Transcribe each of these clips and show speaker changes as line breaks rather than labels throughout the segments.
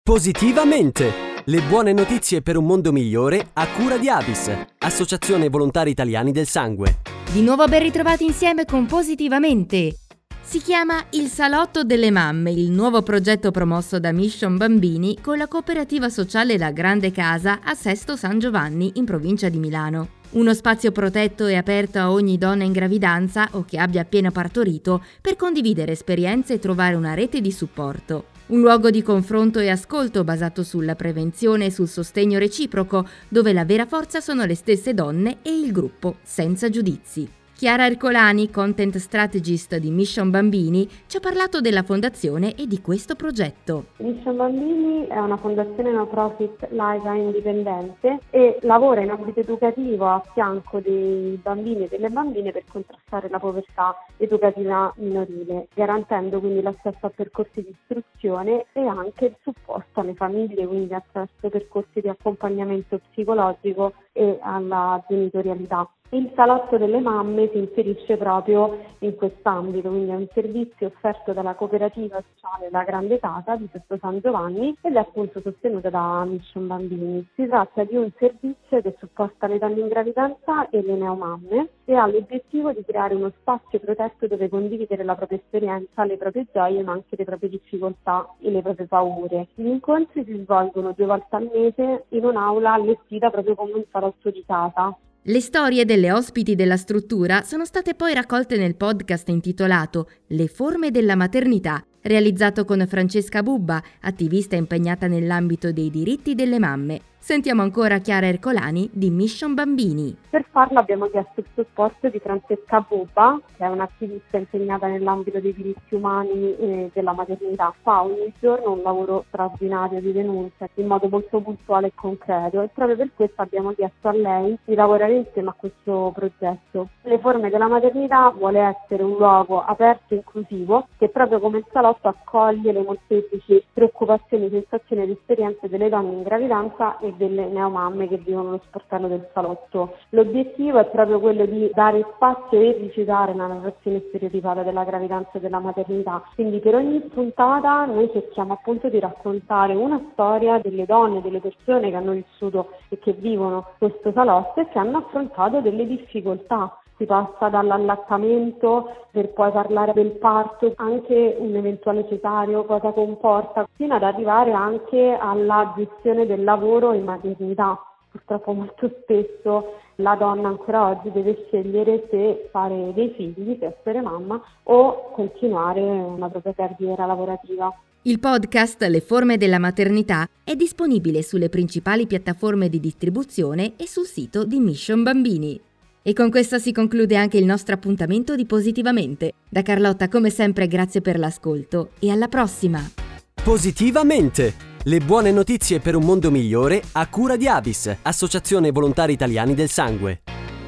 Positivamente! Le buone notizie per un mondo migliore a cura di Avis, Associazione Volontari Italiani del Sangue.
Di nuovo ben ritrovati insieme con Positivamente. Si chiama Il Salotto delle Mamme, il nuovo progetto promosso da Mission Bambini con la cooperativa sociale La Grande Casa a Sesto San Giovanni in provincia di Milano. Uno spazio protetto e aperto a ogni donna in gravidanza o che abbia appena partorito per condividere esperienze e trovare una rete di supporto. Un luogo di confronto e ascolto basato sulla prevenzione e sul sostegno reciproco, dove la vera forza sono le stesse donne e il gruppo, senza giudizi. Chiara Ercolani, content strategist di Mission Bambini, ci ha parlato della fondazione e di questo progetto.
Mission Bambini è una fondazione no profit laica indipendente e lavora in ambito educativo a fianco dei bambini e delle bambine per contrastare la povertà educativa minorile, garantendo quindi l'accesso a percorsi di istruzione e anche il supporto alle famiglie, quindi attraverso percorsi di accompagnamento psicologico e alla genitorialità. Il Salotto delle Mamme si inserisce proprio in quest'ambito, quindi è un servizio offerto dalla cooperativa sociale La Grande Casa di Sesto San Giovanni ed è appunto sostenuto da Mission Bambini. Si tratta di un servizio che supporta le donne in gravidanza e le neomamme e ha l'obiettivo di creare uno spazio protetto dove condividere la propria esperienza, le proprie gioie ma anche le proprie difficoltà e le proprie paure. Gli incontri si svolgono 2 volte al mese in un'aula allestita proprio come un salotto di casa.
Le storie delle ospiti della struttura sono state poi raccolte nel podcast intitolato Le forme della maternità, realizzato con Francesca Bubba, attivista impegnata nell'ambito dei diritti delle mamme. Sentiamo ancora Chiara Ercolani di Mission Bambini.
Per farlo abbiamo chiesto il supporto di Francesca Bubba, che è un'attivista impegnata nell'ambito dei diritti umani e della maternità. Fa ogni giorno un lavoro straordinario di denuncia in modo molto puntuale e concreto e proprio per questo abbiamo chiesto a lei di lavorare insieme a questo progetto. Le forme della maternità vuole essere un luogo aperto e inclusivo che proprio come il salotto accoglie le molteplici preoccupazioni, sensazioni ed esperienze delle donne in gravidanza e delle neomamme che vivono lo sportello del salotto. L'obiettivo è proprio quello di dare spazio e rifiutare la narrazione stereotipata della gravidanza e della maternità. Quindi per ogni puntata noi cerchiamo appunto di raccontare una storia delle donne, delle persone che hanno vissuto e che vivono questo salotto e che hanno affrontato delle difficoltà. Si passa dall'allattamento per poi parlare del parto, anche un eventuale cesareo, cosa comporta, fino ad arrivare anche alla gestione del lavoro in maternità. Purtroppo molto spesso la donna ancora oggi deve scegliere se fare dei figli, se essere mamma o continuare una propria carriera lavorativa.
Il podcast Le forme della maternità è disponibile sulle principali piattaforme di distribuzione e sul sito di Mission Bambini. E con questo si conclude anche il nostro appuntamento di Positivamente. Da Carlotta, come sempre, grazie per l'ascolto e alla prossima!
Positivamente! Le buone notizie per un mondo migliore a cura di Avis, Associazione Volontari Italiani del Sangue.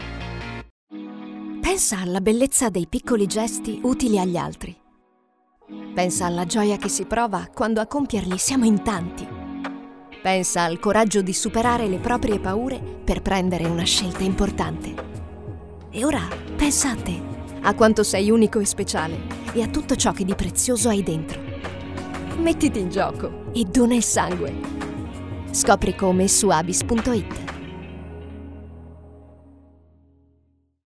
Pensa alla bellezza dei piccoli gesti utili agli altri. Pensa alla gioia che si prova quando a compierli siamo in tanti. Pensa al coraggio di superare le proprie paure per prendere una scelta importante. E ora pensa a te, a quanto sei unico e speciale e a tutto ciò che di prezioso hai dentro. Mettiti in gioco e dona il sangue. Scopri come su abis.it.